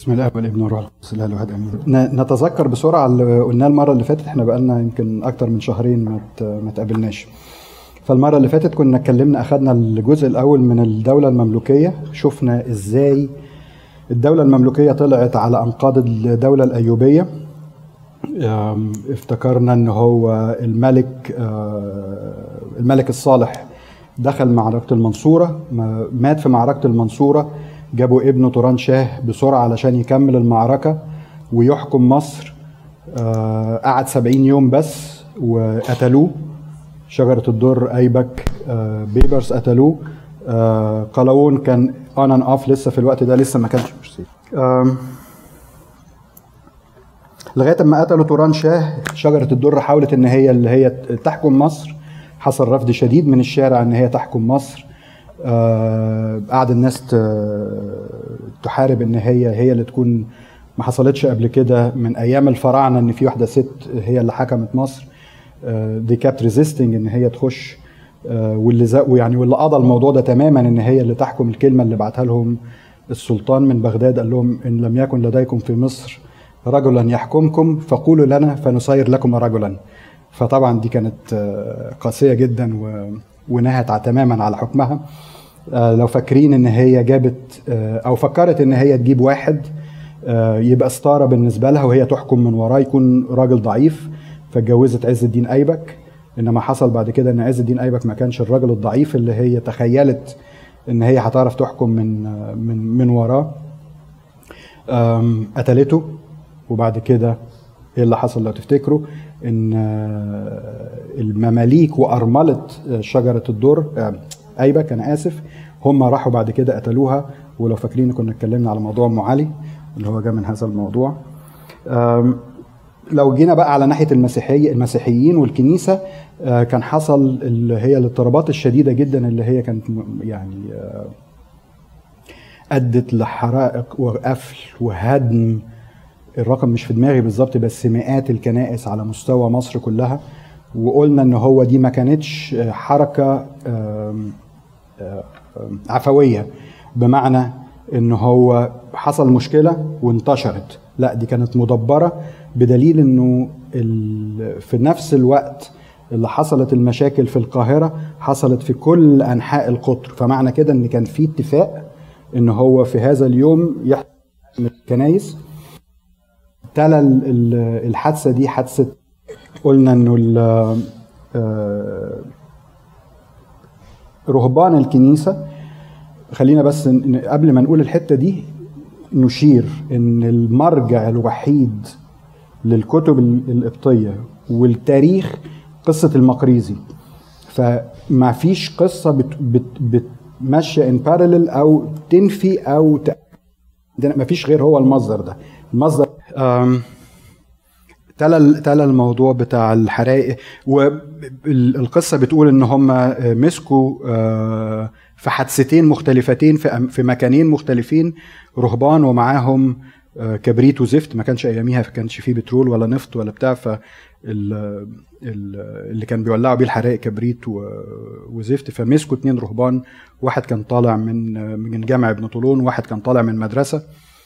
بسم الله والابن والروح القدس الاله الواحد امين. نتذكر بسرعه اللي قلناه المره اللي فاتت. احنا بقالنا يمكن اكتر من شهرين ما تقابلناش. فالمره اللي فاتت كنا اتكلمنا، اخذنا الجزء الاول من الدوله المملوكيه، شفنا ازاي الدوله المملوكيه طلعت على انقاض الدوله الايوبيه. افتكرنا ان هو الملك الصالح دخل معركه المنصوره، مات في معركه المنصوره، جابوا ابنه توران شاه بسرعة علشان يكمل المعركة ويحكم مصر. قعد 70 يوم بس وقتلوه. شجرة الدر أيبك بيبرس قتلوه. قلاوون كان on and off لسه في الوقت ده، لسه ما كانش لغاية ما قتلوا توران شاه. شجرة الدر حاولت ان هي تحكم مصر. حصل رفض شديد من الشارع ان هي تحكم مصر. قعد الناس تحارب ان هي اللي تكون. ما حصلتش قبل كده من ايام الفراعنه ان في واحده ست هي اللي حكمت مصر. دي كابت ريزيستنج ان هي تخش. واللي قضى الموضوع ده تماما ان هي اللي تحكم. الكلمه اللي بعتها لهم السلطان من بغداد، قال لهم ان لم يكن لديكم في مصر رجلا يحكمكم فقولوا لنا فنصير لكم رجلا. فطبعا دي كانت قاسيه جدا ونهت تماما على حكمها. لو فاكرين ان هي جابت او فكرت ان هي تجيب واحد يبقى ستاره بالنسبه لها وهي تحكم من وراه، يكون راجل ضعيف، فاتجوزت عز الدين ايبك. انما حصل بعد كده ان عز الدين ايبك ما كانش الراجل الضعيف اللي هي تخيلت ان هي هتعرف تحكم من وراه. قتلته. وبعد كده ايه اللي حصل لو تفتكروا؟ ان المماليك وارمله شجره الدر ايبك، انا اسف، هم راحوا بعد كده قتلوها. ولو فاكرين كنا اتكلمنا على موضوع ام علي اللي هو جاء من هذا الموضوع. لو جينا بقى على ناحيه المسيحيين والكنيسه، كان حصل اللي هي الاضطرابات الشديده جدا اللي هي كانت يعني ادت لحرائق وقفل وهدم. الرقم مش في دماغي بالظبط، بس مئات الكنائس على مستوى مصر كلها. وقلنا ان هو دي ما كانتش حركة عفوية، بمعنى ان هو حصل مشكلة وانتشرت. لا، دي كانت مدبرة، بدليل انه في نفس الوقت اللي حصلت المشاكل في القاهرة حصلت في كل انحاء القطر. فمعنى كده ان كان في اتفاق ان هو في هذا اليوم يحصل الكنائس. تلا الحادثة دي حادثة، قلنا انه رهبان الكنيسة. خلينا بس قبل ما نقول الحتة دي نشير ان المرجع الوحيد للكتب القبطية والتاريخ قصة المقريزي. فما فيش قصة بتمشي ان بارلل او تنفي او ما فيش غير هو المصدر ده. المصدر تلا الموضوع بتاع الحرائق. والقصة بتقول ان هم مسكوا في حادثتين مختلفتين في مكانين مختلفين رهبان ومعاهم كبريت وزفت. ما كانش اياميها كانش فيه بترول ولا نفط ولا بتاع، اللي كان بيولعوا بيه الحرائق كبريت وزفت. فمسكوا 2 رهبان، واحد كان طالع من جامع ابن طولون، وواحد كان طالع من مدرسة،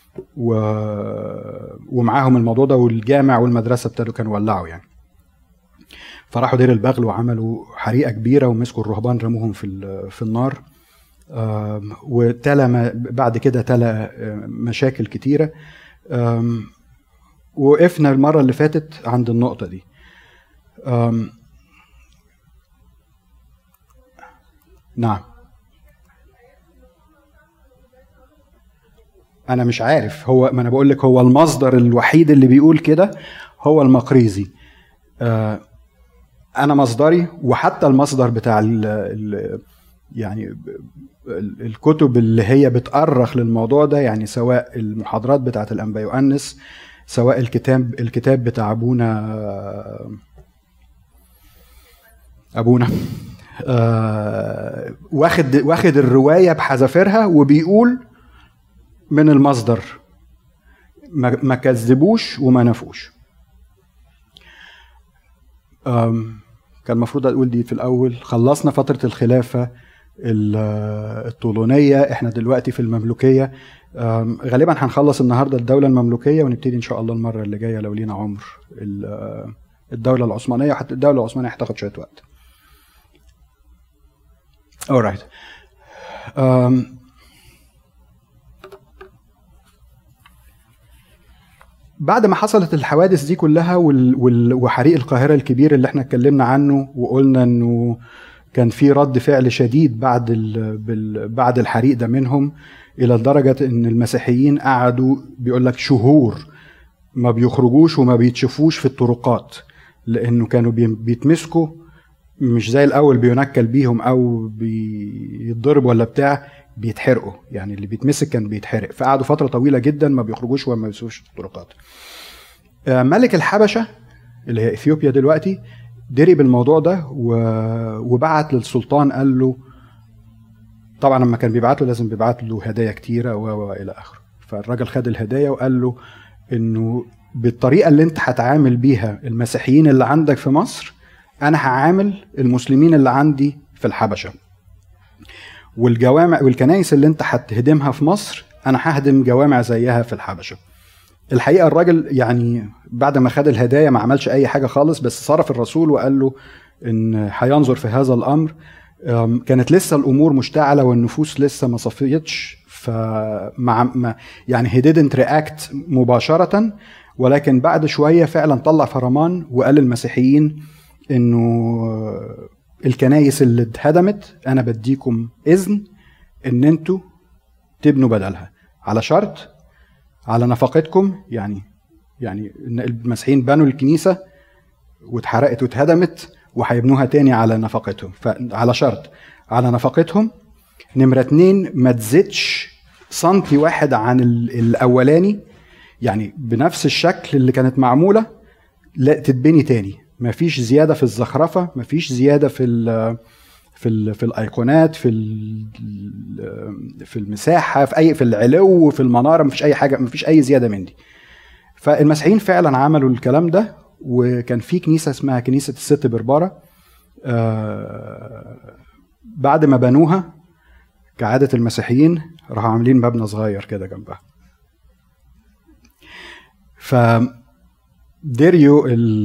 ومعاهم الموضوع ده. والجامع والمدرسة كانوا ولعوا يعني. فراحوا دير البغل وعملوا حريقة كبيرة ومسكوا الرهبان رموهم في النار. وتلا بعد كده تلا مشاكل كتيرة. وقفنا المرة اللي فاتت عند النقطة دي. نعم، انا مش عارف. هو ما انا بقول لك، هو المصدر الوحيد اللي بيقول كده هو المقريزي. انا مصدري، وحتى المصدر بتاع يعني الكتب اللي هي بتأرخ للموضوع ده، يعني سواء المحاضرات بتاعت الأنبا يؤنس، سواء الكتاب بتاع ابونا واخد الرواية بحذافيرها وبيقول من المصدر. ما كذبوش وما نفوش. كان المفروض اقول دي في الاول. خلصنا فترة الخلافة الطولونية، احنا دلوقتي في المملوكية. غالبا هنخلص النهاردة الدولة المملوكية ونبتدي ان شاء الله المرة اللي جاية لو لينا عمر الدولة العثمانية. حتى الدولة العثمانية هتاخد شوية وقت. alright. بعد ما حصلت الحوادث دي كلها وحريق القاهرة الكبير اللي احنا اتكلمنا عنه وقلنا انه كان في رد فعل شديد بعد الحريق ده منهم، الى لدرجة ان المسيحيين قعدوا بيقول لك شهور ما بيخرجوش وما بيتشوفوش في الطرقات، لانه كانوا بيتمسكوا مش زي الاول بينكل بيهم او بيتضرب ولا بتاع، بيتحرقوا. يعني اللي بيتمسك كان بيتحرق. فقعدوا فترة طويلة جدا ما بيخرجوش وما بيسوش الطرقات. ملك الحبشة اللي هي اثيوبيا دلوقتي دري بالموضوع ده وبعت للسلطان، قال له طبعا لما كان بيبعت له لازم بيبعت له هدايا كتيرة والى اخره. فالراجل خد الهدايا وقال له انه بالطريقة اللي انت هتعامل بيها المسيحيين اللي عندك في مصر انا هعامل المسلمين اللي عندي في الحبشة، والجوامع والكنائس اللي انت هتهدمها في مصر انا ههدم جوامع زيها في الحبشة. الحقيقة الراجل يعني بعد ما خد الهدايا ما عملش اي حاجة خالص، بس صرف الرسول وقال له ان هينظر في هذا الامر. كانت لسه الامور مشتعلة والنفوس لسه ما صفيتش، يعني he didn't react مباشرة، ولكن بعد شوية فعلا طلع فرمان وقال للمسيحيين انه الكنائس اللي اتهدمت انا بديكم اذن ان انتوا تبنوا بدلها على شرط على نفقتكم. يعني ان المسيحيين بنوا الكنيسة واتحرقت واتهدمت وهيبنوها تاني على نفقتهم، فعلى شرط على نفقتهم. نمرة 2 ما تزيدش سنتي واحد عن الاولاني، يعني بنفس الشكل اللي كانت معمولة لا تتبني تاني. ما فيش زيادة في الزخرفة، ما فيش زيادة في الايقونات، في المساحة، في العلو، في المنارة، ما فيش اي حاجة، ما فيش اي زيادة من دي. فالمسيحيين فعلا عملوا الكلام ده. وكان في كنيسة اسمها كنيسة الست بربارة، بعد ما بنوها كعادة المسيحيين راحوا عاملين مبنى صغير كده جنبها. ديريو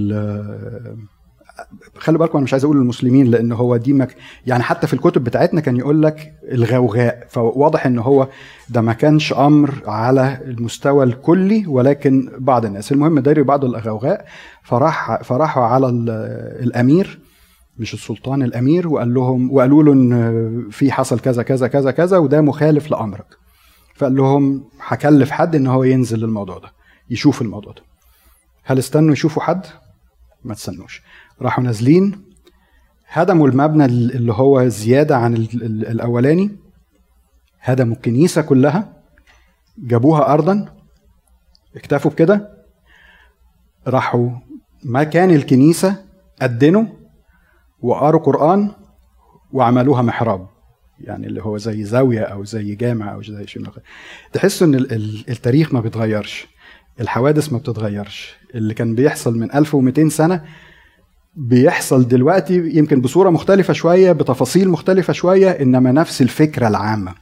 خلوا بالكم انا مش عايز اقول المسلمين لان هو دي يعني حتى في الكتب بتاعتنا كان يقول لك الغوغاء، فواضح ان هو ده ما كانش امر على المستوى الكلي ولكن بعض الناس. المهم ديريو بعض الغوغاء فراحوا على الامير مش السلطان، الامير، وقالوا له ان في حصل كذا كذا كذا كذا وده مخالف لامرك. فقال لهم هكلف حد ان هو ينزل للموضوع ده يشوف الموضوع ده. هل استنوا يشوفوا حد؟ ما تستنوش. راحوا نازلين هدموا المبنى اللي هو زيادة عن الأولاني، هدموا الكنيسة كلها، جابوها أرضا، اكتفوا بكده. راحوا مكان الكنيسة أدنوا وقاروا قرآن وعملوها محراب، يعني اللي هو زي زاوية أو زي جامع أو زي شيء. تحسوا إن التاريخ ما بيتغيرش، الحوادث ما بتتغيرش. اللي كان بيحصل من 1200 سنة بيحصل دلوقتي يمكن بصورة مختلفة شوية، بتفاصيل مختلفة شوية، إنما نفس الفكرة العامة.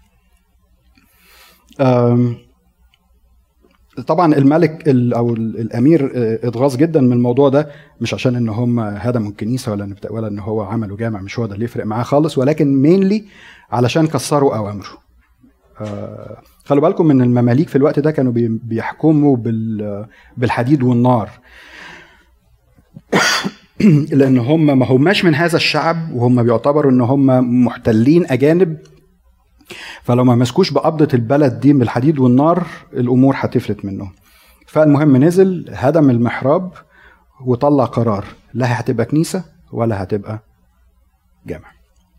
طبعا الملك أو الأمير اتغاظ جدا من الموضوع ده، مش عشان إن هم هدموا الكنيسة ولا إن هو عملوا جامع، مش هو ده اللي يفرق معاه خالص، ولكن مينلي علشان كسروا أوامره. خلوا بالكم من المماليك في الوقت ده كانوا بيحكموا بالحديد والنار لأن هم ما هماش من هذا الشعب وهم بيعتبروا إن هم محتلين أجانب، فلو ما مسكوش بقبضة البلد دي بالحديد والنار الأمور هتفلت منهم. فالمهم نزل هدم المحراب وطلع قرار لا هتبقى كنيسة ولا هتبقى جامع.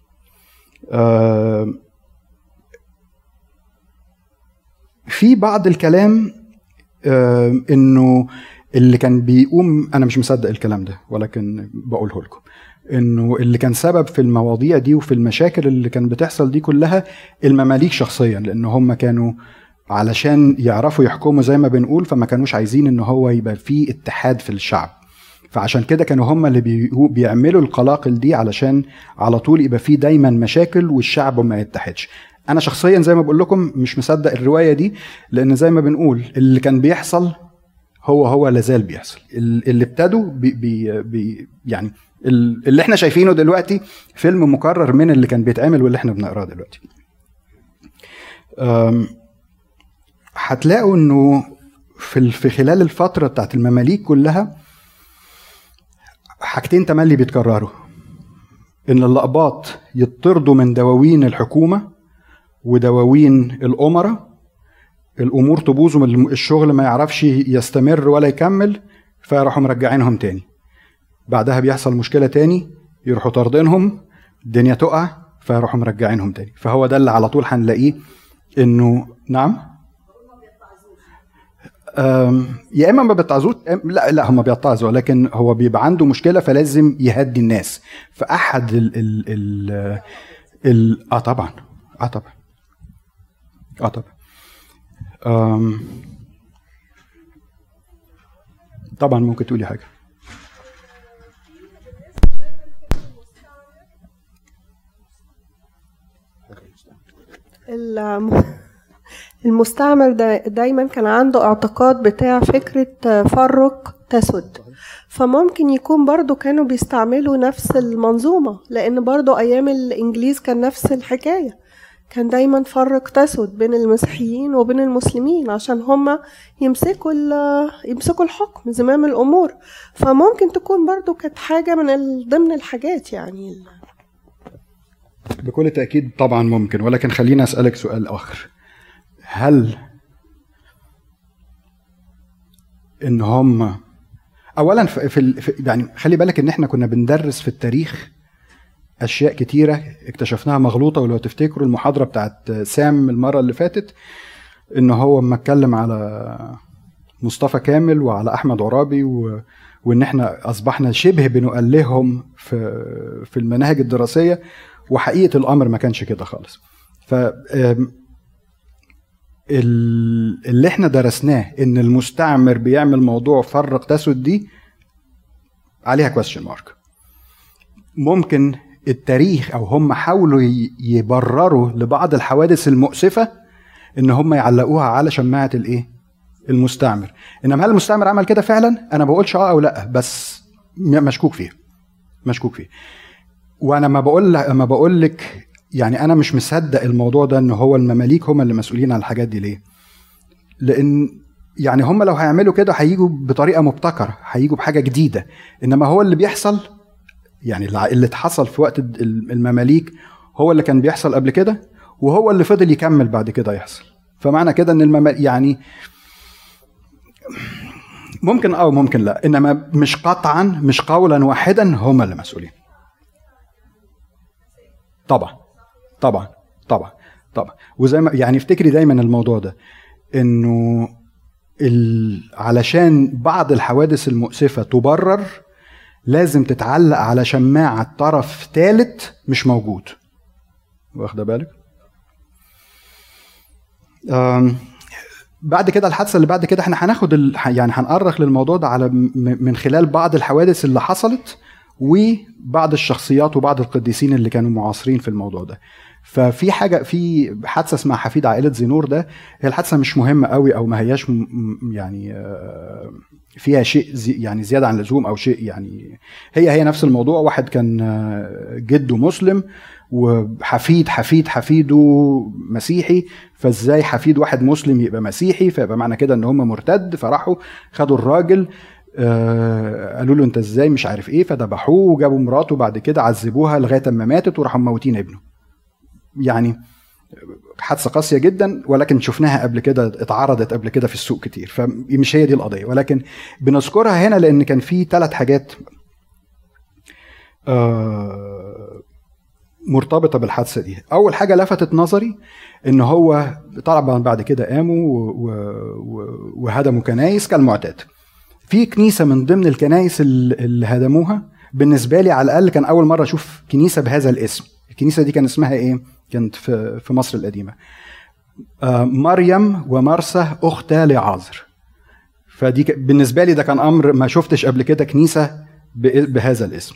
في بعض الكلام انه اللي كان بيقوم، انا مش مصدق الكلام ده ولكن بقوله لكم، انه اللي كان سبب في المواضيع دي وفي المشاكل اللي كان بتحصل دي كلها المماليك شخصيا، لان هم كانوا علشان يعرفوا يحكموا زي ما بنقول، فما كانوش عايزين ان هو يبقى فيه اتحاد في الشعب، فعشان كده كانوا هم اللي بيعملوا القلاقل دي علشان على طول يبقى فيه دايما مشاكل والشعب ما يتحدش. انا شخصيا زي ما بقول لكم مش مصدق الروايه دي، لان زي ما بنقول اللي كان بيحصل هو لازال بيحصل. اللي ابتدوا يعني اللي احنا شايفينه دلوقتي فيلم مكرر من اللي كان بيتعمل واللي احنا بنقراه دلوقتي. هتلاقوا انه في خلال الفتره بتاعت المماليك كلها حاجتين تملي بيتكرروا: ان اللقباط يطردوا من دواوين الحكومه ودواوين الامراء، الامور تبوظ الشغل ما يعرفش يستمر ولا يكمل، فيروحوا مرجعينهم تاني. بعدها بيحصل مشكله تاني يروحوا طاردينهم، الدنيا تقع، فيروحوا مرجعينهم تاني. فهو ده اللي على طول هنلاقيه انه نعم يا اما ما بيتعظوش، لا هم بيتعظوا، لكن هو بيبقى عنده مشكله فلازم يهدي الناس. فاحد طبعا طبعا ممكن تقولي حاجه. المستعمر دايما كان عنده اعتقاد بتاع فكرة فرق تسد، فممكن يكون برضو كانوا بيستعملوا نفس المنظومة، لأن برضو أيام الإنجليز كان نفس الحكاية، كان دايما فرق تسد بين المسيحيين وبين المسلمين عشان هما يمسكوا الحكم، زمام الأمور. فممكن تكون برضو كانت حاجة من ضمن الحاجات يعني. بكل تأكيد طبعا ممكن، ولكن خلينا أسألك سؤال آخر. هل إن هم أولا يعني خلي بالك إن إحنا كنا بندرس في التاريخ أشياء كتيرة اكتشفناها مغلوطة. ولو تفتكروا المحاضرة بتاعت سام المرة اللي فاتت، إن هو ما اتكلم على مصطفى كامل وعلى أحمد عرابي وإن إحنا أصبحنا شبه بنؤلههم في المناهج الدراسية، وحقيقة الأمر ما كانش كده خالص. اللي احنا درسناه ان المستعمر بيعمل موضوع فرق تسد دي عليها question mark. ممكن التاريخ او هم حاولوا يبرروا لبعض الحوادث المؤسفة ان هم يعلقوها على شماعة المستعمر. انما هل المستعمر عمل كده فعلا؟ انا بقولش او لا، بس مشكوك فيه. وانا ما بقول لك يعني انا مش مصدق الموضوع ده ان هو المماليك هم اللي مسؤولين عن الحاجات دي. ليه؟ لان يعني هم لو هيعملوا كده هيجوا بطريقه مبتكره، هيجوا بحاجه جديده. انما هو اللي بيحصل يعني اللي اتحصل في وقت المماليك هو اللي كان بيحصل قبل كده، وهو اللي فضل يكمل بعد كده يحصل. فمعنى كده ان المماليك يعني ممكن او ممكن لا، انما مش قطعا مش قولا واحدا هم اللي مسؤولين. طبعا وزي ما يعني افتكري دايما الموضوع ده انه علشان بعض الحوادث المؤسفة تبرر لازم تتعلق على شماعة طرف ثالث مش موجود. واخده بالك؟ بعد كده الحادثة اللي بعد كده احنا هناخد يعني هنأرخ للموضوع ده على من خلال بعض الحوادث اللي حصلت وبعض الشخصيات وبعض القديسين اللي كانوا معاصرين في الموضوع ده. ففي حادثه اسمها حفيد عائله زينور. ده هي الحادثه مش مهمه قوي او ما هياش يعني فيها شيء يعني زياده عن اللزوم او شيء يعني هي نفس الموضوع. واحد كان جده مسلم حفيده مسيحي، فازاي حفيد واحد مسلم يبقى مسيحي؟ فيبقى معنى كده ان هم مرتد. فراحوا خدوا الراجل قالوا له انت ازاي مش عارف ايه، فذبحوه وجابوا مراته بعد كده عذبوها لغايه اما ماتت وراحوا موتين ابنه. يعني حادثه قاسيه جدا، ولكن شفناها قبل كده، اتعرضت قبل كده في السوق كتير. فمش هي دي القضيه، ولكن بنذكرها هنا لان كان في 3 حاجات مرتبطه بالحادثه دي. اول حاجه لفتت نظري ان هو طبعا بعد كده قاموا وهدموا كنايس كالمعتاد. في كنيسة من ضمن الكنائس اللي هدموها بالنسبة لي على الأقل كان أول مرة أشوف كنيسة بهذا الاسم. الكنيسة دي كان اسمها إيه؟ كانت في مصر القديمة مريم ومرسى أختا لعازر. فدي بالنسبه لي ده كان امر ما شفتش قبل كده كنيسه بهذا الاسم.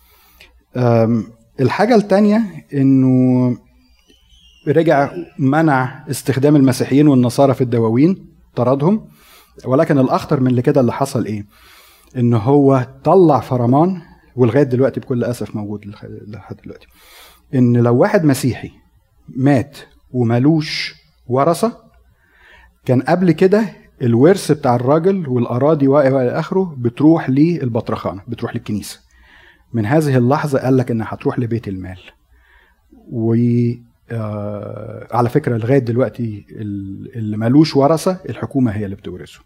الحاجه الثانيه انه رجع منع استخدام المسيحيين والنصارى في الدواوين، طردهم. ولكن الاخطر من اللي كده اللي حصل ايه، ان هو طلع فرمان، ولغايه دلوقتي بكل اسف موجود لحد دلوقتي، ان لو واحد مسيحي مات ومالوش ورثه، كان قبل كده الورث بتاع الراجل والاراضي والى اخره بتروح للبطرخانه، بتروح للكنيسه. من هذه اللحظه قال لك انها هتروح لبيت المال. و على فكره لغايه دلوقتي اللي مالوش ورثه الحكومه هي اللي بتورثه.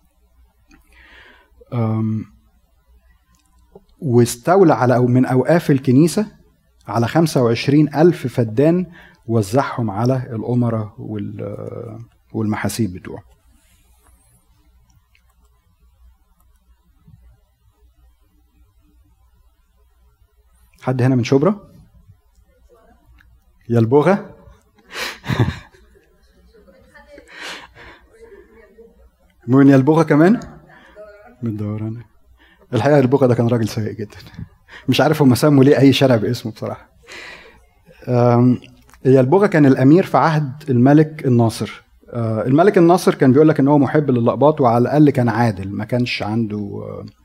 واستولى على من اوقاف الكنيسه على 25,000 فدان، وزعهم على الامراء والمحاسيب بتوعه. حد هنا من شبرا؟ يا البوغة؟ من يا البوغة كمان؟ من دوران. الحقيقة البوغة ده كان راجل سيء جدا، مش عارف هم سموا ليه أي شارع باسمه بصراحة. يا البوغة كان الأمير في عهد الملك الناصر. الملك الناصر كان بيقول لك إن هو محب للأقباط، وعلى الأقل كان عادل، ما كانش عنده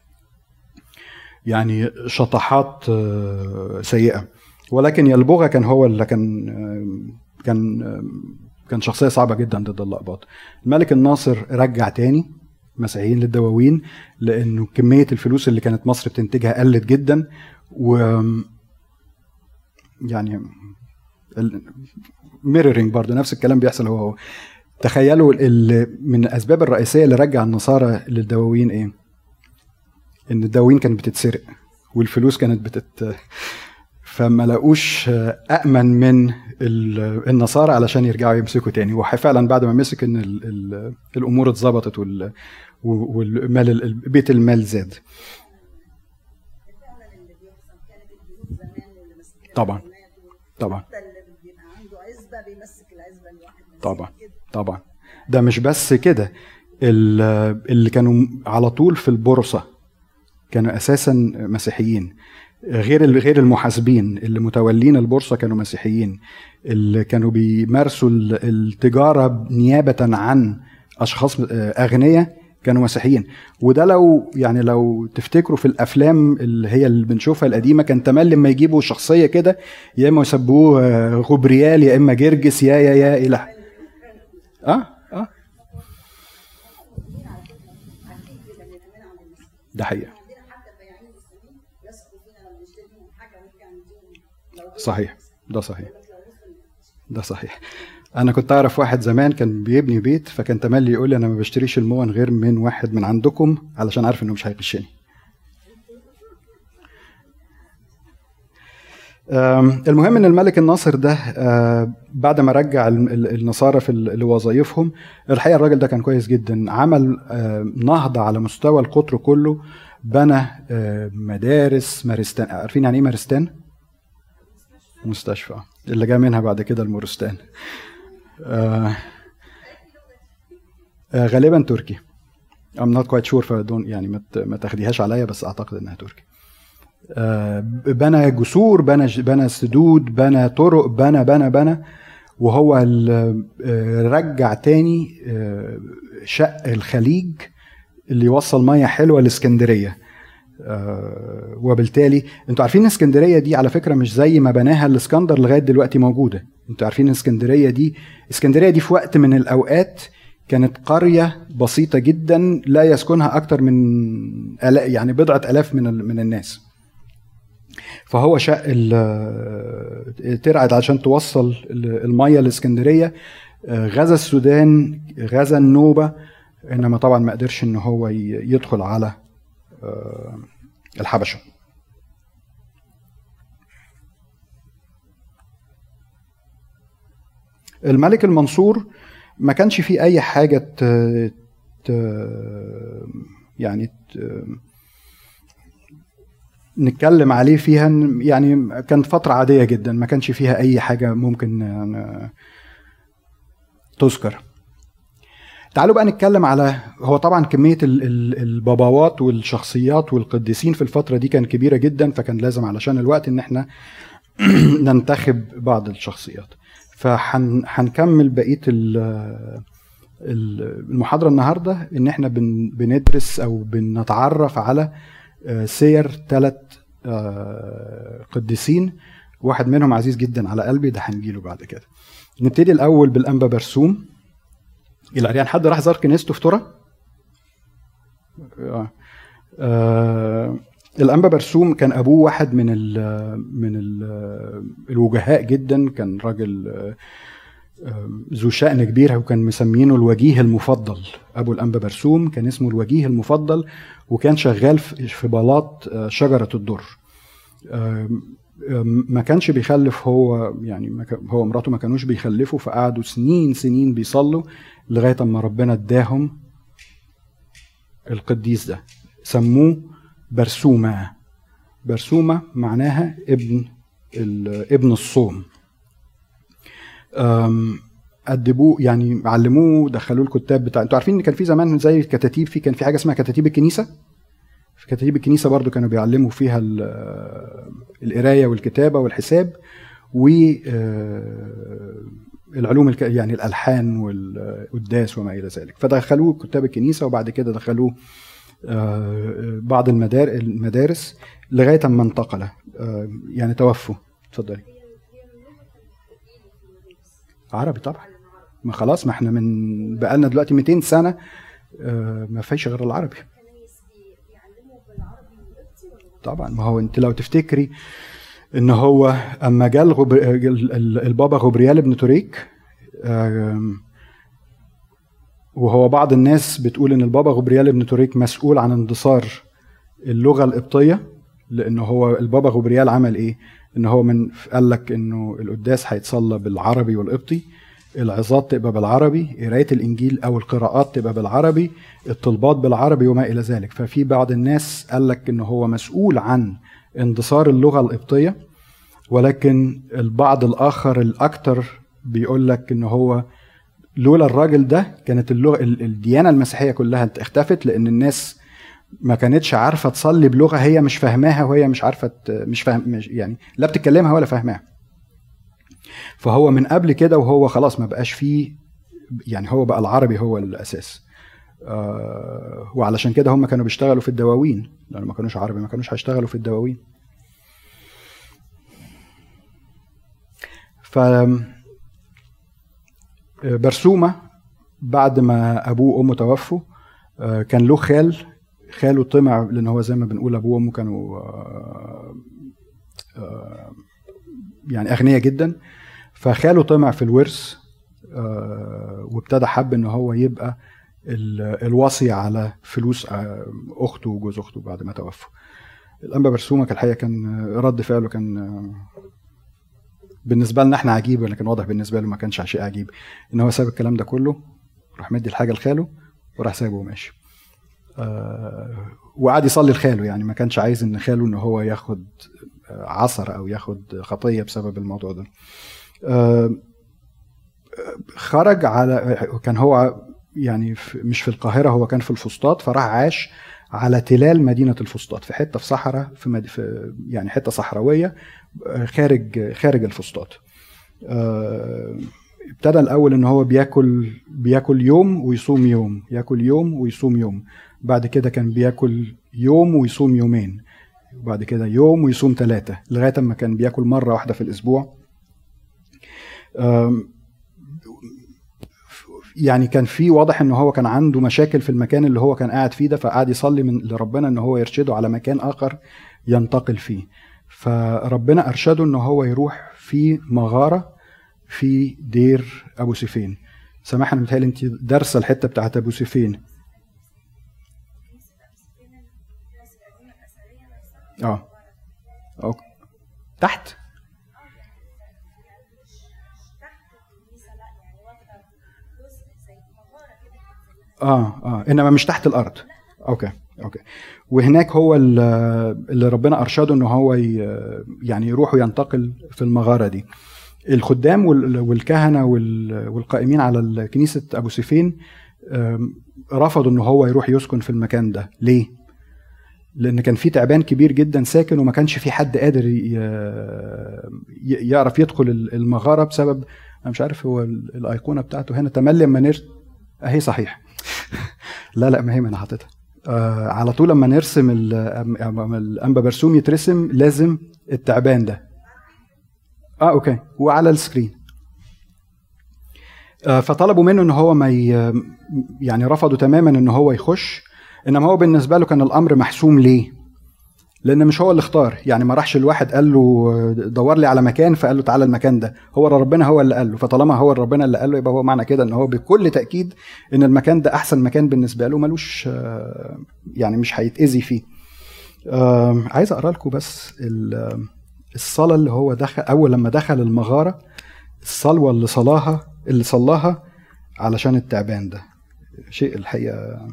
يعني شطحات سيئة. ولكن يلبوغة كان هو اللي كان شخصية صعبة جدا ضد الأقباط. الملك الناصر رجع تاني مسيحيين للدواوين، لأنه كمية الفلوس اللي كانت مصر بتنتجها قلت جدا. و يعني ميرورينج برضه نفس الكلام بيحصل. هو تخيلوا من الأسباب الرئيسية اللي رجع النصارى للدواوين إيه؟ إن الدواوين كانت بتتسرق والفلوس كانت فما لقوش أأمن من النصارى علشان يرجعوا يمسكوا تاني. وفعلا بعد ما مسك إن الأمور اتظبطت والمال بيت المال زاد. طبعا طبعا طبعا. ده مش بس كده، اللي كانوا على طول في البورصة كانوا أساسا مسيحيين، غير المحاسبين اللي متولين البورصة كانوا مسيحيين، اللي كانوا بيمارسوا التجارة نيابة عن أشخاص أغنياء كانوا مسيحيين. وده لو تفتكروا في الأفلام اللي هي اللي بنشوفها القديمة، كان تمام لما يجيبوا شخصية كده يا إما يسبوه غبريال يا إما جرجس يا إله. ده حقيقة. صحيح، ده صحيح. انا كنت اعرف واحد زمان كان بيبني بيت، فكان تملي يقول لي انا ما بشتريش المون غير من واحد من عندكم علشان عارف انه مش هيغشني. المهم ان الملك الناصر ده بعد ما رجع النصارى في وظائفهم، الحقيقه الراجل ده كان كويس جدا، عمل نهضه على مستوى القطر كله، بنى مدارس مارستان. عارفين يعني ايه مارستان؟ مستشفى اللي جاء منها بعد كده المورستان. غالبا تركي. I'm not quite sure يعني ما تاخديهاش عليا، بس اعتقد انها تركي. بنى جسور، بنى سدود، بنى طرق، بنى وهو رجع تاني شق الخليج اللي يوصل ميه حلوه لاسكندريه. وبالتالي انتوا عارفين اسكندريه دي على فكره مش زي ما بناها الاسكندر لغايه دلوقتي موجوده. انتوا عارفين اسكندريه دي في وقت من الاوقات كانت قريه بسيطه جدا لا يسكنها اكتر من يعني بضعه الاف من الناس. فهو شق ترعد عشان توصل الميه لاسكندريه، غزا السودان، غزا النوبه، انما طبعا ما قدرش ان هو يدخل على الحبشة. الملك المنصور ما كانش فيه أي حاجة يعني نتكلم عليه فيها، يعني كانت فترة عادية جدا، ما كانش فيها أي حاجة ممكن تذكر. تعالوا بقى نتكلم على، هو طبعا كمية الباباوات والشخصيات والقديسين في الفترة دي كان كبيرة جدا، فكان لازم علشان الوقت ان احنا ننتخب بعض الشخصيات. فهنكمل بقية المحاضرة النهاردة ان احنا بندرس او بنتعرف على سير 3 قديسين، واحد منهم عزيز جدا على قلبي، ده هنجيله بعد كده. نبتدي الاول بالانبا برسوم العريان. حد راح زار كنيسته في ترى؟ الانبا برسوم كان ابوه واحد من الوجهاء جدا، كان راجل ذو شأن كبير، وكان مسمينه الوجيه المفضل. ابو الانبا برسوم كان اسمه الوجيه المفضل، وكان شغال في بلاط شجرة الدر. ما كانش بيخلف، هو يعني هو مراته ما كانوش بيخلفوا، فقعدوا سنين بيصلوا لغاية اما ربنا اداهم القديس ده، سموه برسومة. برسومة معناها ابن الصوم. أدبوه يعني علموه، دخلوه الكتاب بتاع، انتوا عارفين ان كان في زمان زي الكتاتيب، كان في حاجة اسمها كتاتيب الكنيسة. في كتاتيب الكنيسة برضو كانوا بيعلموا فيها القراية والكتابة والحساب والعلوم يعني الألحان والقداس وما إلى ذلك. فدخلوه كتاب الكنيسة، وبعد كده دخلوه بعض المدارس لغاية ما انتقل، يعني توفوا. اتفضلي. عربي طبعا، ما خلاص، ما احنا من بقالنا دلوقتي 200 سنة ما فيش غير العربي طبعا. ما هو انت لو تفتكري ان هو اما جاء البابا غبريال ابن توريك، وهو بعض الناس بتقول ان البابا غبريال ابن توريك مسؤول عن اندثار اللغة القبطية، لانه هو البابا غبريال عمل ايه؟ ان هو قال لك انه القداس هيتصلى بالعربي والقبطي، العظات تبقى بالعربي، قرايه الانجيل او القراءات تبقى بالعربي، الطلبات بالعربي وما الى ذلك. ففي بعض الناس قال لك انه هو مسؤول عن اندثار اللغه القبطيه، ولكن البعض الاخر الاكثر بيقول لك انه هو لولا الراجل ده كانت اللغه الديانه المسيحيه كلها اختفت، لان الناس ما كانتش عارفه تصلي بلغه هي مش فاهماها، وهي مش عارفه يعني لا بتتكلمها ولا فاهماها. فهو من قبل كده وهو خلاص ما بقاش فيه، يعني هو بقى العربي هو الاساس. وعلشان كده هم كانوا بيشتغلوا في الدواوين، لأنه ما كانوش عربي ما كانوش هيشتغلوا في الدواوين. ف برسومة بعد ما أبوه وأمه توفوا، كان له خاله طمع، لأن هو زي ما بنقول أبوه وأمه كانوا يعني أغنياء جدا. فخاله طمع في الورث، وابتدى حب ان هو يبقى الوصي على فلوس اخته وجوز اخته بعد ما توفوا. الانبا برسومة الحقيقه كان رد فعله كان بالنسبه لنا احنا عجيب، ولكن واضح بالنسبه له ما كانش شيء عجيب، ان هو ساب الكلام ده كله، راح مدي الحاجه لخاله وراح سابه وماشي. وقعد يصلي لخاله، يعني ما كانش عايز ان خاله ان هو ياخد عصر او ياخد خطيه بسبب الموضوع ده. خرج على، كان هو يعني مش في القاهرة، هو كان في الفسطاط، فراح عاش على تلال مدينة الفسطاط في حتة في صحراء، في يعني حتة صحراوية خارج الفسطاط. ابتدى الأول إن هو بياكل يوم ويصوم يوم، ياكل يوم ويصوم يوم. بعد كده كان بياكل يوم ويصوم يومين، وبعد كده يوم ويصوم 3، لغاية ما كان بياكل مرة واحدة في الأسبوع. يعني كان في واضح ان هو كان عنده مشاكل في المكان اللي هو كان قاعد فيه ده، فقعد يصلي لربنا ان هو يرشده على مكان اخر ينتقل فيه. فربنا ارشده ان هو يروح في مغارة في دير ابو سيفين. سماحة انا متهيألي انت دارسه الحته بتاعت ابو سيفين. اوكي. تحت انما مش تحت الارض. اوكي. وهناك هو اللي ربنا ارشده ان هو يعني يروح وينتقل في المغاره دي. الخدام والكهنه والقائمين على كنيسه ابو سيفين رفضوا ان هو يروح يسكن في المكان ده. ليه؟ لان كان في تعبان كبير جدا ساكن، وما كانش في حد قادر يعرف يدخل المغاره بسبب، انا مش عارف هو الايقونه بتاعته هنا تملي لما اهي صحيح لا ما هي انا حاططها. على طول لما نرسم الانبا برسوم يترسم لازم التعبان ده. اوكي، وعلى السكرين. فطلبوا منه ان هو ما يعني رفضوا تماما ان هو يخش. انما هو بالنسبه له كان الامر محسوم. ليه؟ لان مش هو اللي اختار. يعني ما راحش الواحد قال له دور لي على مكان فقال له تعالى المكان ده، هو ربنا هو اللي قال له. فطالما هو ربنا اللي قال له يبقى هو معنى كده ان هو بكل تاكيد ان المكان ده احسن مكان بالنسبه له، ملوش يعني مش هيتاذي فيه. عايز اقرا لكم بس الصلاه اللي هو دخل اول لما دخل المغاره، الصلوه اللي صلاها علشان التعبان ده. شيء الحقيقه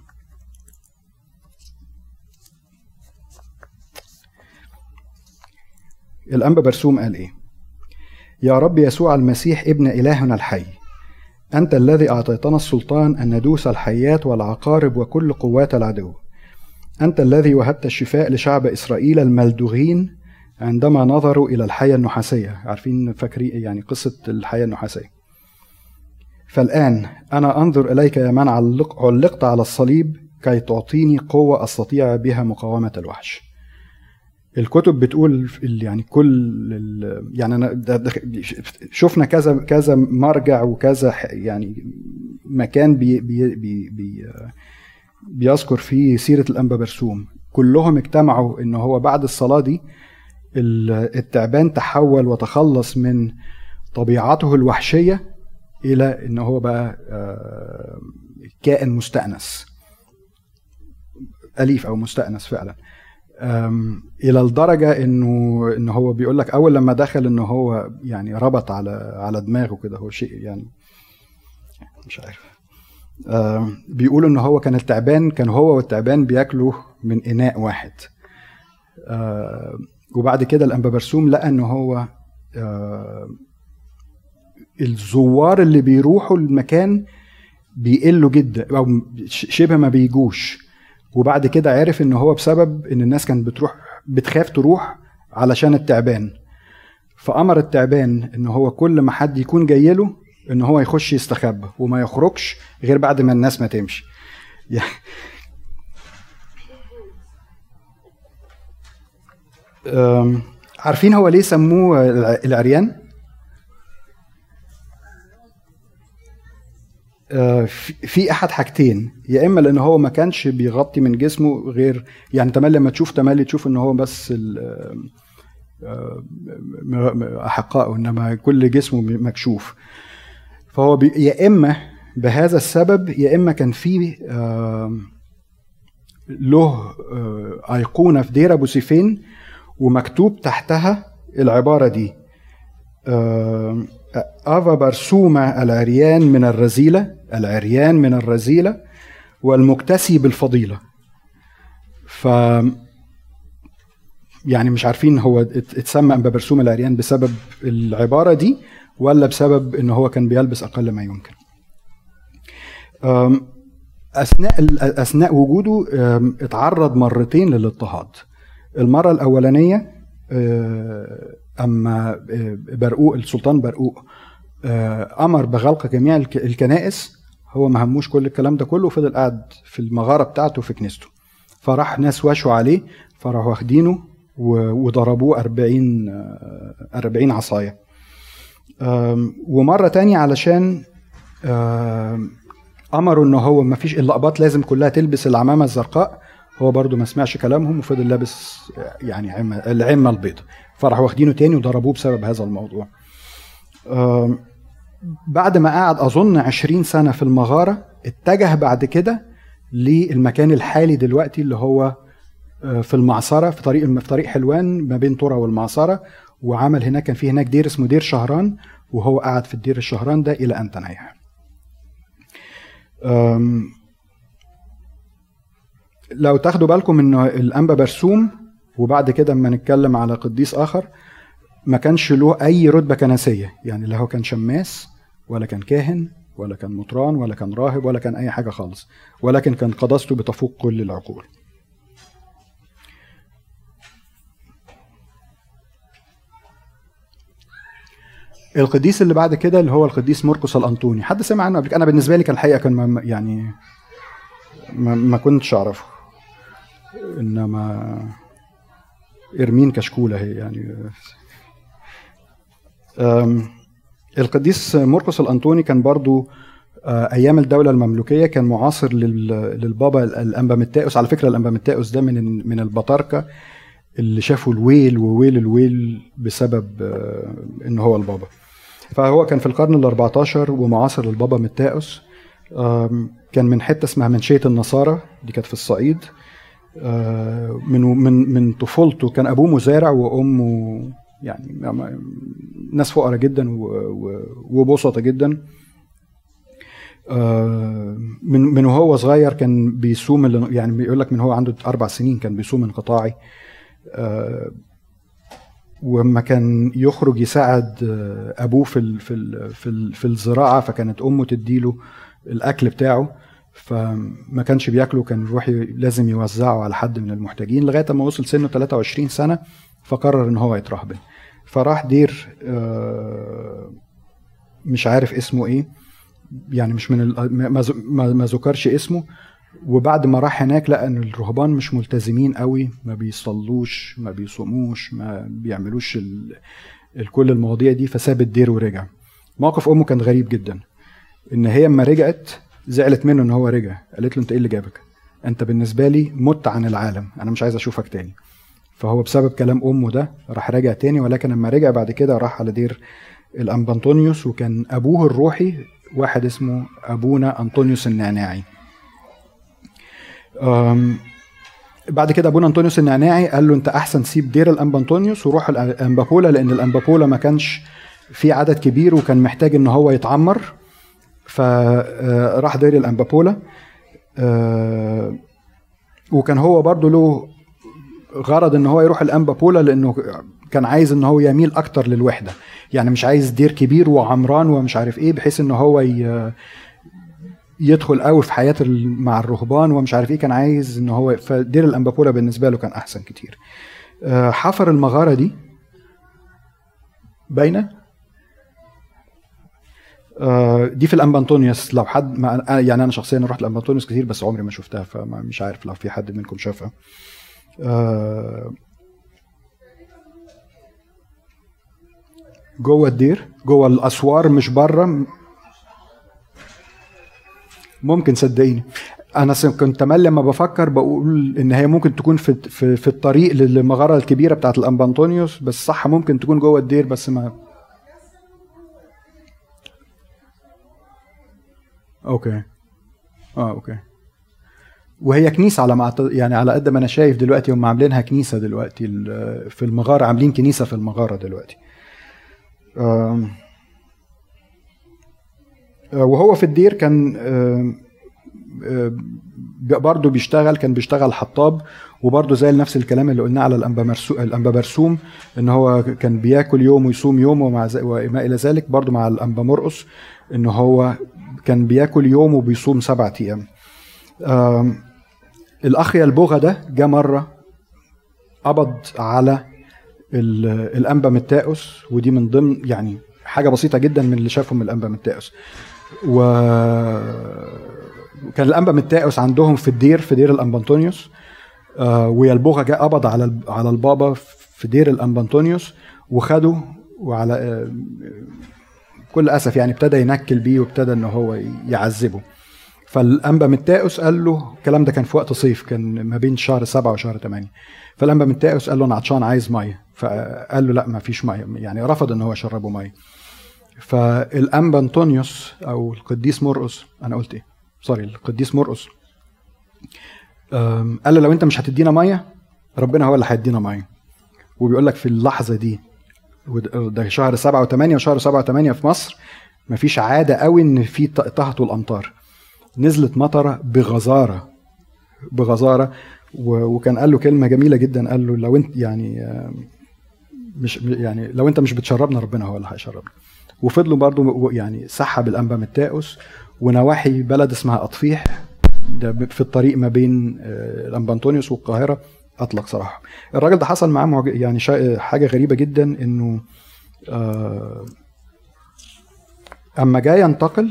الأنبا برسوم قال إيه؟ يا رب يسوع المسيح ابن إلهنا الحي، أنت الذي أعطيتنا السلطان أن ندوس الحيات والعقارب وكل قوات العدو. أنت الذي وهبت الشفاء لشعب إسرائيل الملدوغين عندما نظروا إلى الحية النحاسية. عارفين فاكرين يعني قصة الحية النحاسية. فالآن أنا أنظر إليك يا من علقت على الصليب كي تعطيني قوة أستطيع بها مقاومة الوحش. الكتب بتقول يعني يعني أنا شفنا كذا مرجع وكذا يعني مكان بيذكر فيه سيرة الأنبا برسوم، كلهم اجتمعوا إن هو بعد الصلاة دي التعبان تحول وتخلص من طبيعته الوحشية إلى إن هو بقى كائن مستأنس، أليف أو مستأنس فعلا. الى الدرجه انه هو بيقول لك اول لما دخل انه هو يعني ربط على دماغه كده. هو شيء يعني مش عارف. بيقولوا ان هو كان هو والتعبان بياكلوا من اناء واحد. وبعد كده الانبا برسوم لقى ان هو الزوار اللي بيروحوا المكان بيقلوا جدا او شبه ما بيجوش. وبعد كده عرف ان هو بسبب ان الناس كانت بتخاف تروح علشان التعبان. فأمر التعبان ان هو كل ما حد يكون جاي له ان هو يخش يستخبى وما يخرجش غير بعد ما الناس ما تمشي. عارفين هو ليه سموه العريان؟ في احد حاجتين، يا اما لان هو ما كانش بيغطي من جسمه غير يعني تملي لما تشوف ان هو بس احقائه، انما كل جسمه مكشوف. فهو يا اما بهذا السبب يا اما كان في له ايقونه في دير ابو سيفين ومكتوب تحتها العباره دي أفا برسومة العريان من الرذيلة والمكتسي بالفضيلة. يعني مش عارفين هو اتسمى أنبا برسوم العريان بسبب العبارة دي ولا بسبب إنه هو كان بيلبس أقل ما يمكن. أثناء وجوده اتعرض مرتين للاضطهاد. المرة الأولانية أما السلطان برقوق أمر بغلق جميع الكنائس، هو ما هموش كل الكلام ده كله، فضل قاعد في المغارة بتاعته في كنيسته. فراح ناس واشوا عليه فراحوا واخدينه وضربوه 40 عصاية. ومرة تانية علشان أمروا إنه هو ما فيش اللقبات لازم كلها تلبس العمامة الزرقاء، هو برضو ما سمعش كلامهم وفضل لابس يعني العمة البيضة، فراحوا واخدينه تاني وضربوه بسبب هذا الموضوع. بعد ما قعد أظن 20 سنة في المغارة اتجه بعد كده للمكان الحالي دلوقتي اللي هو في المعصرة في طريق حلوان ما بين طرة والمعصرة، وعمل هناك كان في هناك دير اسمه دير شهران، وهو قعد في الدير الشهران ده إلى أن تنيح. لو تاخدوا بالكم انه الأنبا برسوم وبعد كده اما نتكلم على قديس آخر ما كانش له أي رتبة كنسية، يعني لا هو كان شماس ولا كان كاهن ولا كان مطران ولا كان راهب ولا كان اي حاجه خالص، ولكن كان قداسته بتفوق كل العقول. القديس اللي بعد كده اللي هو القديس مرقس الأنطوني، حد سمع عنه قبل؟ انا بالنسبه لي كان الحقيقه كان يعني ما كنتش اعرفه، انما ارمين كشكوله هي يعني. القديس مرقس الأنطوني كان برضو ايام الدوله المملوكيه كان معاصر للبابا الانبا متاوس. على فكره الانبا متاوس ده من البطاركه اللي شافوا الويل وويل الويل بسبب ان هو البابا. فهو كان في القرن ال14 ومعاصر للبابا متاوس. كان من حته اسمها منشيه النصارى، دي كانت في الصعيد. من طفولته كان ابوه مزارع وامه يعني ناس فقراء جدا وبسطة جدا. من وهو صغير كان بيصوم، يعني بيقول لك من هو عنده 4 سنين كان بيصوم انقطاعي. وما كان يخرج يساعد ابوه في الزراعه، فكانت امه تديله الاكل بتاعه، فما كانش بياكله، كان يروح لازم يوزعه على حد من المحتاجين لغايه ما وصل سنه 23 سنه فقرر ان هو يترهبن. فراح دير مش عارف اسمه ايه، يعني مش من ما ذكرش اسمه. وبعد ما راح هناك لقى ان الرهبان مش ملتزمين قوي، ما بيصلوش ما بيصوموش ما بيعملوش كل المواضيع دي، فساب الدير ورجع. موقف امه كان غريب جدا، ان هي اما رجعت زعلت منه ان هو رجع، قالت له انت ايه اللي جابك؟ انت بالنسبه لي مت عن العالم، انا مش عايز اشوفك تاني. فهو بسبب كلام امه ده راح رجع تاني، ولكن لما رجع بعد كده راح على دير الانبا أنطونيوس، وكان ابوه الروحي واحد اسمه ابونا أنطونيوس النعناعي. بعد كده ابونا أنطونيوس النعناعي قال له انت احسن سيب دير الانبا أنطونيوس وروح الانبابولا، لان الانبابولا ما كانش في عدد كبير وكان محتاج ان هو يتعمر. فراح دير الانبابولا، وكان هو برضو له غرض ان هو يروح الانبابولا لانه كان عايز ان هو يميل اكتر للوحده، يعني مش عايز دير كبير وعمران ومش عارف ايه بحيث ان هو يدخل قوي في حياه مع الرهبان ومش عارف ايه. كان عايز ان هو فدير الانبابولا بالنسبه له كان احسن كتير. حفر المغاره دي باينه، دي في الانبا أنطونيوس. لو حد يعني انا شخصيا رحت الانبا أنطونيوس كتير بس عمري ما شفتها، فمش عارف لو في حد منكم شافها. جوه الدير جوه الاسوار مش بره، ممكن صدقيني انا كنت تملي لما بفكر بقول ان هي ممكن تكون في الطريق للمغاره الكبيره بتاعت الانبا أنطونيوس، بس صح ممكن تكون جوه الدير بس ما. اوكي اوكي. وهي كنيسه على ما يعني على قد ما انا شايف دلوقتي هم عاملينها كنيسه دلوقتي في المغاره، عاملين كنيسه في المغاره دلوقتي. وهو في الدير كان برضه كان بيشتغل حطاب، وبرضه زي نفس الكلام اللي قلناه على الانبا برسوم، ان هو كان بياكل يوم ويصوم يوم وما الى ذلك. برضه مع الانبا مرقس ان هو كان بياكل يوم وبيصوم 7 ايام. الاخ يلبوغا ده جه مره قبض على الانبا متاوس، ودي من ضمن يعني حاجه بسيطه جدا من اللي شافهم الانبا متاوس. وكان الانبا متاوس عندهم في دير الانبا أنطونيوس، ويلبوغا جاء قبض على البابا في دير الانبا أنطونيوس وخده، وعلى كل اسف يعني ابتدى ينكل بيه وابتدى ان هو يعذبه. فالانبا متاوس قال له الكلام ده كان في وقت صيف، كان ما بين شهر 7 وشهر 8. فالانبا متاوس قال له انا عطشان عايز ميه، فقال له لا ما فيش ميه، يعني رفض ان هو يشربه ميه. فالانبا أنطونيوس او القديس مرقس، انا قلت ايه سوري القديس مرقس، قال له لو انت مش هتدينا ميه ربنا هو اللي هيدينا ميه. وبيقول لك في اللحظه دي، وده شهر 7 و8، وشهر 7 و8 في مصر مفيش عاده قوي ان في تهطل الامطار، نزلت مطره بغزاره. وكان قال له كلمه جميله جدا، قال له لو انت يعني مش يعني لو انت مش بتشربنا ربنا هو اللي هيشربنا. وفضلوا برضو يعني سحب الأنبا متاوس ونواحي بلد اسمها أطفيح، ده في الطريق ما بين الأنبا أنطونيوس والقاهرة، أطلق صراحة. الراجل ده حصل معاه يعني حاجة غريبة جدا، إنه أما جاي ينتقل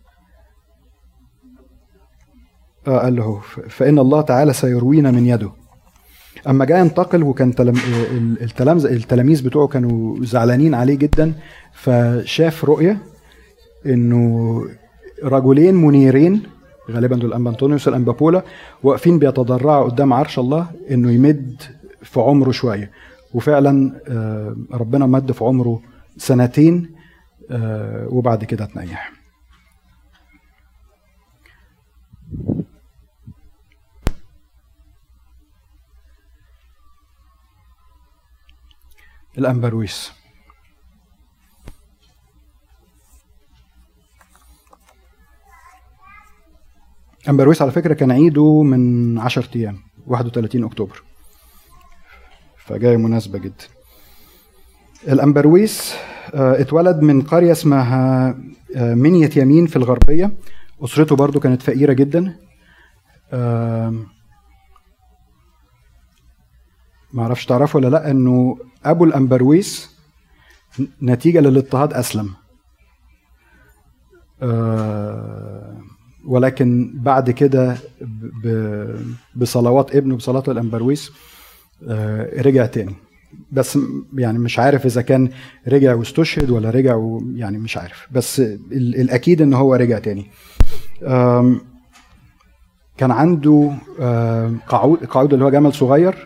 قال له فإن الله تعالى سيروينا من يده. أما جاي ينتقل وكان التلاميذ بتوعه كانوا زعلانين عليه جدا، فشاف رؤية إنه رجلين منيرين غالبا دول الأنبا أنطونيوس والأنبا بولا واقفين بيتضرعوا قدام عرش الله إنه يمد في عمره شوية، وفعلا ربنا مد في عمره 2 سنين وبعد كده اتنيح. الأنبرويس أنبرويس على فكرة كان عيده من 10 أيام 31 أكتوبر، فجاي مناسبة جدا. الأنبرويس اتولد من قرية اسمها منية يمين في الغربية. أسرته برضو كانت فقيرة جدا، ما اعرفش تعرفوا ولا لا انه ابو الأنبرويس نتيجة للاضطهاد اسلم، ولكن بعد كده بصلوات ابنه بصلاة الأنبرويس رجع تاني، بس يعني مش عارف اذا كان رجع واستشهد ولا رجع يعني مش عارف، بس الاكيد ان هو رجع تاني. كان عنده قعود اللي هو جمل صغير،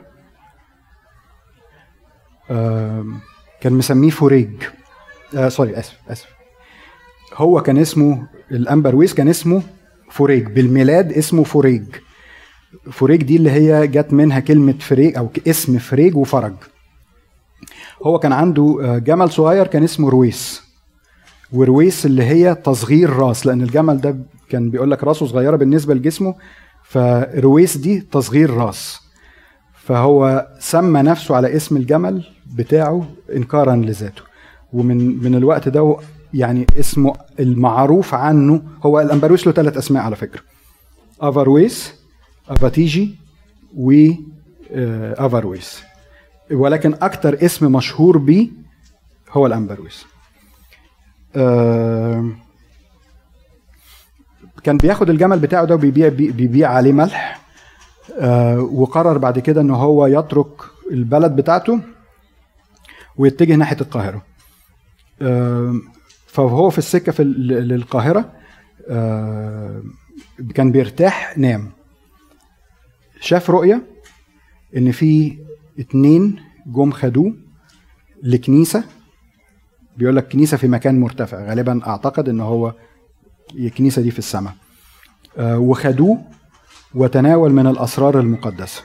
كان مسميه فوريج. سوري اسف هو كان اسمه الأنبرويس، كان اسمه فوريج بالميلاد، اسمه فوريج. فوريج دي اللي هي جت منها كلمة فريج أو اسم فريج وفرج. هو كان عنده جمل صغير كان اسمه رويس، ورويس اللي هي تصغير راس، لأن الجمل ده كان بيقولك راسه صغيرة بالنسبة لجسمه، فرويس دي تصغير راس، فهو سمى نفسه على اسم الجمل بتاعه إنكارا لذاته. ومن الوقت ده يعني اسمه المعروف عنه هو الأنبرويس له 3 أسماء على فكرة: أفارويس، أفاتيجي، وأفارويس، ولكن أكتر اسم مشهور بيه هو الأنبرويس. كان بياخد الجمل بتاعه ده وبيبيع عليه ملح، وقرر بعد كده أنه هو يترك البلد بتاعته ويتجه ناحية القاهرة. فهو في السكة للقاهرة كان بيرتاح، نام، شاف رؤية ان في 2 جم خدوه لكنيسة، بيقول لك كنيسة في مكان مرتفع، غالبا اعتقد ان هو الكنيسة دي في السماء، وخدوه وتناول من الأسرار المقدسة،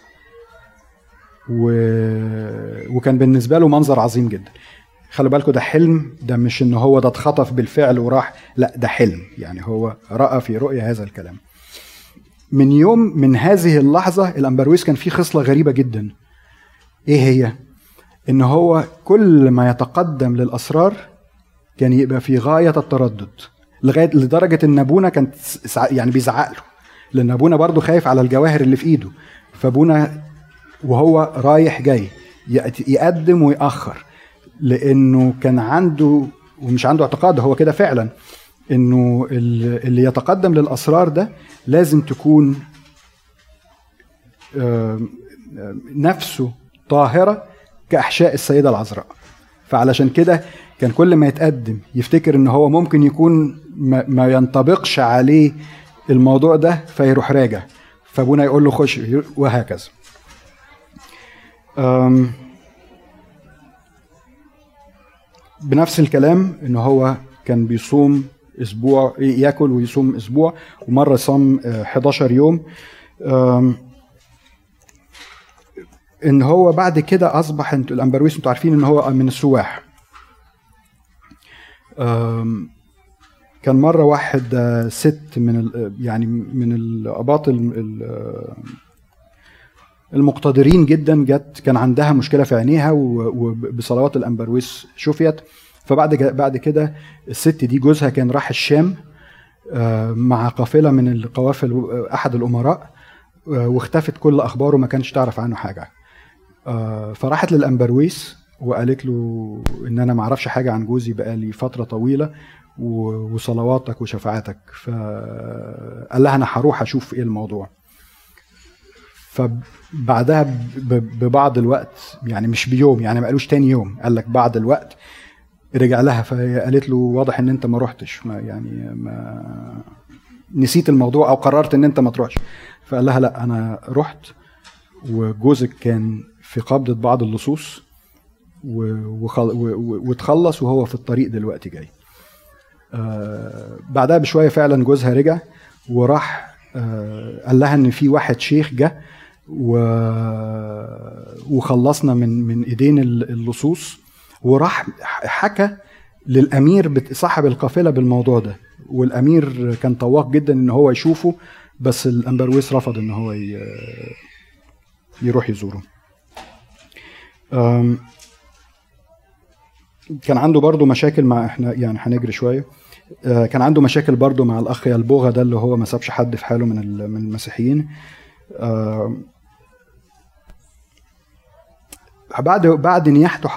وكان بالنسبة له منظر عظيم جدا. خلوا بالكم ده حلم، ده مش ان هو ده اتخطف بالفعل وراح، لا ده حلم، يعني هو رأى في رؤية هذا الكلام. من هذه اللحظة الأنبرويس كان فيه خصلة غريبة جدا. ايه هي؟ ان هو كل ما يتقدم للأسرار كان يبقى في غاية التردد، لدرجة ان ابونا كان يعني بيزعق له، لان ابونا برضو خايف على الجواهر اللي في ايده، فابونا وهو رايح جاي يقدم ويأخر، لانه كان عنده، ومش عنده اعتقاد، هو كده فعلا، انه اللي يتقدم للأسرار ده لازم تكون نفسه طاهرة كأحشاء السيدة العذراء. فعلشان كده كان كل ما يتقدم يفتكر ان هو ممكن يكون ما ينطبقش عليه الموضوع ده، فيروح راجع، فابونا يقول له خش، وهكذا. بنفس الكلام ان هو كان بيصوم اسبوع، ياكل ويصوم اسبوع، ومره صام 11 يوم. ان هو بعد كده اصبح، انتوا الأنبرويس انتوا عارفين ان هو من السواح. كان مره واحد ست يعني من الاباط المقتدرين جدا، كان عندها مشكله في عينيها، وبصلوات الأنبرويس شفيت، بعد كده الست دي جوزها كان راح الشام مع قافله من القوافل احد الامراء، واختفت كل اخباره، ما كانش تعرف عنه حاجه. فراحت للأنبرويس وقالت له ان انا ما اعرفش حاجه عن جوزي بقالي فتره طويله، وصلواتك وشفاعتك. فقال لها انا هروح اشوف ايه الموضوع. فبعدها ببعض الوقت، يعني مش بيوم، يعني ما قالوش تاني يوم، قال لك بعد الوقت رجع لها. فقالت له واضح ان انت ما روحتش، ما نسيت الموضوع او قررت ان انت ما تروحش. فقال لها لا، انا رحت، وجوزك كان في قبضة بعض اللصوص وتخلص، وهو في الطريق دلوقتي جاي. بعدها بشوية فعلا جوزها رجع وراح، قال لها ان في واحد شيخ جه وخلصنا من ايدين اللصوص، وراح حكى للامير صاحب القافله بالموضوع ده. والامير كان طواق جدا ان هو يشوفه، بس الأنبرويس رفض ان هو يروح يزوره. كان عنده برضو مشاكل مع، احنا يعني هنجري شويه، كان عنده مشاكل برضو مع الاخ يلبوغة ده، اللي هو ما سابش حد في حاله من المسيحيين. بعد نياحته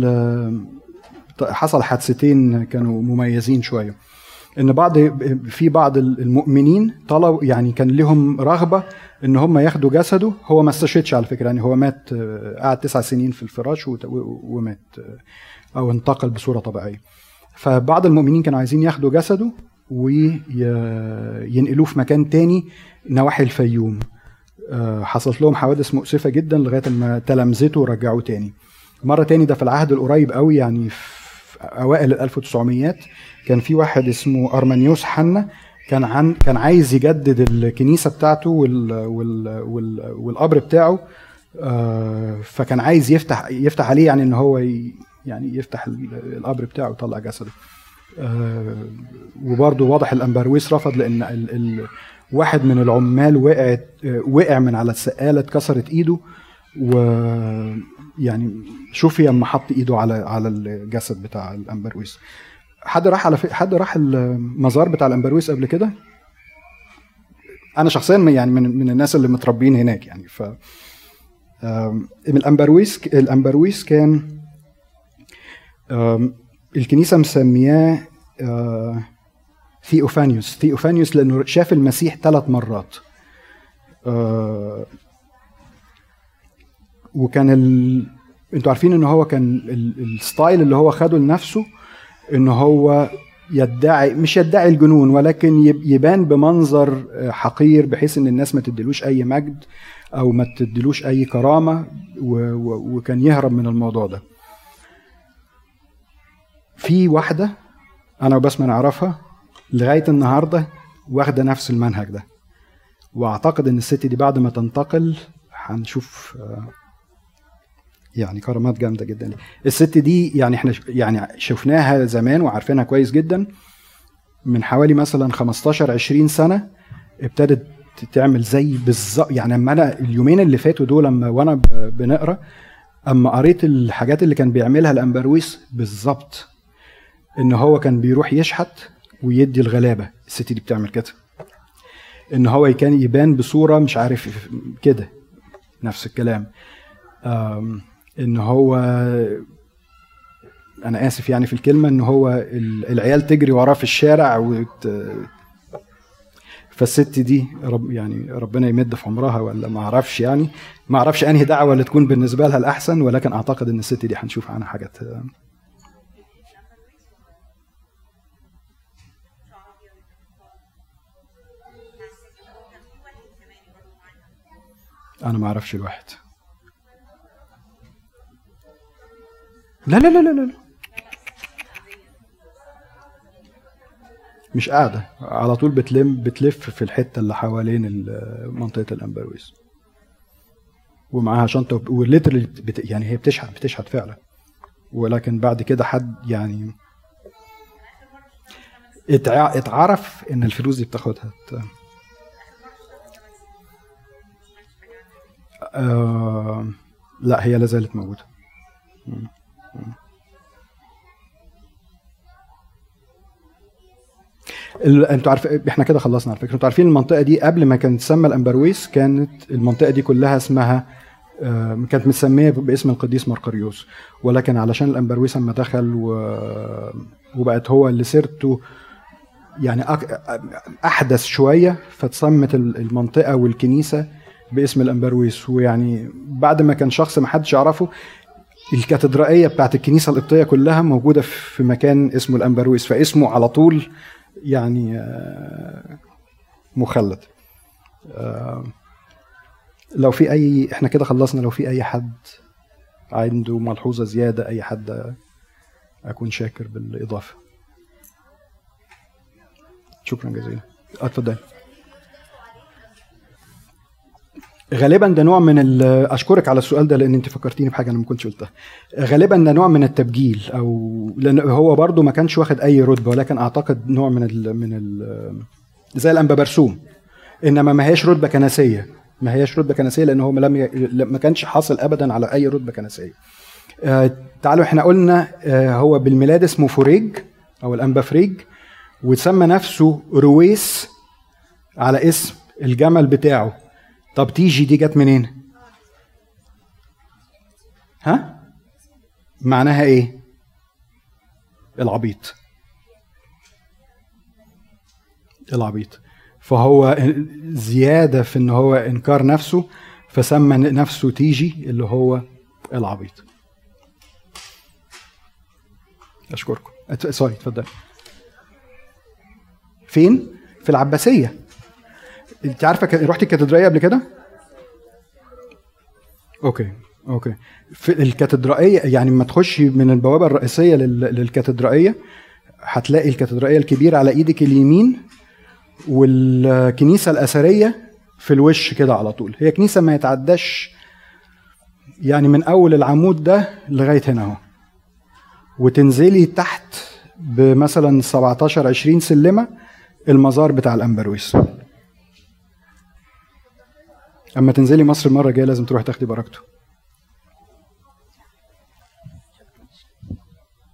حصل حادثتين كانوا مميزين شويه. ان بعض المؤمنين طلبوا، يعني كان لهم رغبه ان هم ياخدوا جسده. هو ما استشهدش على فكره، يعني هو مات، قعد 9 سنين في الفراش ومات او انتقل بصوره طبيعيه. فبعض المؤمنين كانوا عايزين ياخدوا جسده وينقلوه في مكان تاني نواحي الفيوم. حصلت لهم حوادث مؤسفه جدا لغايه ما تلامذته ورجعوه تاني مره تاني. ده في العهد القريب قوي، يعني في اوائل ال1900 كان في واحد اسمه ارمانيوس حنا، كان عايز يجدد الكنيسه بتاعته والقبر بتاعه. فكان عايز يفتح عليه، يعني ان هو يعني يفتح القبر بتاعه ويطلع جسده. وبرضه واضح الأنبرويس رفض، لان واحد من العمال وقع من على السقاله، اتكسرت ايده، ويعني شوفي لما حط ايده على الجسد بتاع الأنبرويس. حد راح المزار بتاع الأنبرويس قبل كده؟ انا شخصيا يعني من الناس اللي متربين هناك يعني. ف الأنبرويس كان الكنيسه مسمياه ثيوفانيوس لانه شاف المسيح 3 مرات. وكان انتوا عارفين ان هو كان الستايل اللي هو خده لنفسه ان هو مش يدعي الجنون، ولكن يبان بمنظر حقير، بحيث ان الناس ما تديلوش اي مجد او ما تديلوش اي كرامه، وكان يهرب من الموضوع ده. في واحده انا وبسمة نعرفها لغايه النهارده واخده نفس المنهج ده، واعتقد ان الست دي بعد ما تنتقل هنشوف يعني كرامات جامده جدا. الست دي يعني احنا يعني شفناها زمان وعارفينها كويس جدا. من حوالي مثلا 15-20 سنه ابتدت تعمل زي بالظبط، يعني اما انا اليومين اللي فاتوا دول وانا بنقرا، اما قريت الحاجات اللي كان بيعملها الأنبرويس بالظبط، ان هو كان بيروح يشحت ويدي الغلابه. الست دي بتعمل كده، ان هو كان يبان بصوره مش عارف كده، نفس الكلام. ان هو، انا اسف يعني في الكلمه، ان هو العيال تجري وراه في الشارع فالست دي يعني ربنا يمد في عمرها، ولا ما اعرفش، يعني ما اعرفش انهي دعوه اللي تكون بالنسبه لها الاحسن، ولكن اعتقد ان الست دي هنشوف عنها حاجات. انا ما اعرفش الواحد. لا لا لا لا لا، مش قاعده على طول، بتلف في الحته اللي حوالين منطقه الأنبرويس، ومعاها شنطه وليترلي يعني هي بتشحت فعلا. ولكن بعد كده حد يعني اتعرف ان الفلوس دي بتاخدها. لا، هي لازالت موجوده. انتوا عارف احنا كده خلصنا على فكره. انتوا عارفين المنطقه دي قبل ما كانت تسمى الامبرويس كانت المنطقه دي كلها اسمها كانت متسميه باسم القديس مرقريوس، ولكن علشان الامبرويس اما دخل وبقت هو اللي سيرته يعني احدث شويه، فتسمت المنطقه والكنيسه باسم الامبرويس. ويعني بعد ما كان شخص ما حدش يعرفه، الكاتدرائيه بتاعت الكنيسه القبطيه كلها موجوده في مكان اسمه الامبرويس، فاسمه على طول يعني مخلد. لو في اي، احنا كده خلصنا، لو في اي حد عنده ملحوظه زياده، اي حد اكون شاكر بالاضافه. شكرا جزيلا. اتفضل. غالبا ده نوع من اشكرك على السؤال ده، لان انت فكرتيني بحاجه انا ما كنتش قلتها. غالبا ده نوع من التبجيل، او لان هو برضو ما كانش واخد اي رتبه، ولكن اعتقد نوع من زي الانبا برسوم، انما ما هيش رتبه كنسيه، ما هيش رتبه كنسيه، لان هو ما كانش حاصل ابدا على اي رتبه كنسيه. تعالوا احنا قلنا هو بالميلاد اسمه فوريج او الانبا فريج، وسمى نفسه رويس على اسم الجمل بتاعه. طب تيجي دي جت منين؟ ها؟ معناها ايه؟ العبيط. العبيط. فهو زيادة في ان هو انكار نفسه، فسمى نفسه تيجي اللي هو العبيط. اشكركم. سوري، اتفضل. فين؟ في العباسية. انت عارفة رحت الكاتدرائية قبل كده؟ اوكي. في الكاتدرائية يعني ما تخشي من البوابة الرئيسية للكاتدرائية، هتلاقي الكاتدرائية الكبيرة على ايدك اليمين، والكنيسة الأثرية في الوش كده على طول. هي كنيسة ما يتعداش يعني من أول العمود ده لغاية هنا اهو، وتنزلي تحت بمثلا 17-20 سلمة المزار بتاع الأمبرويس. أما تنزلي مصر المرة الجاية لازم تروح تاخدي بركته.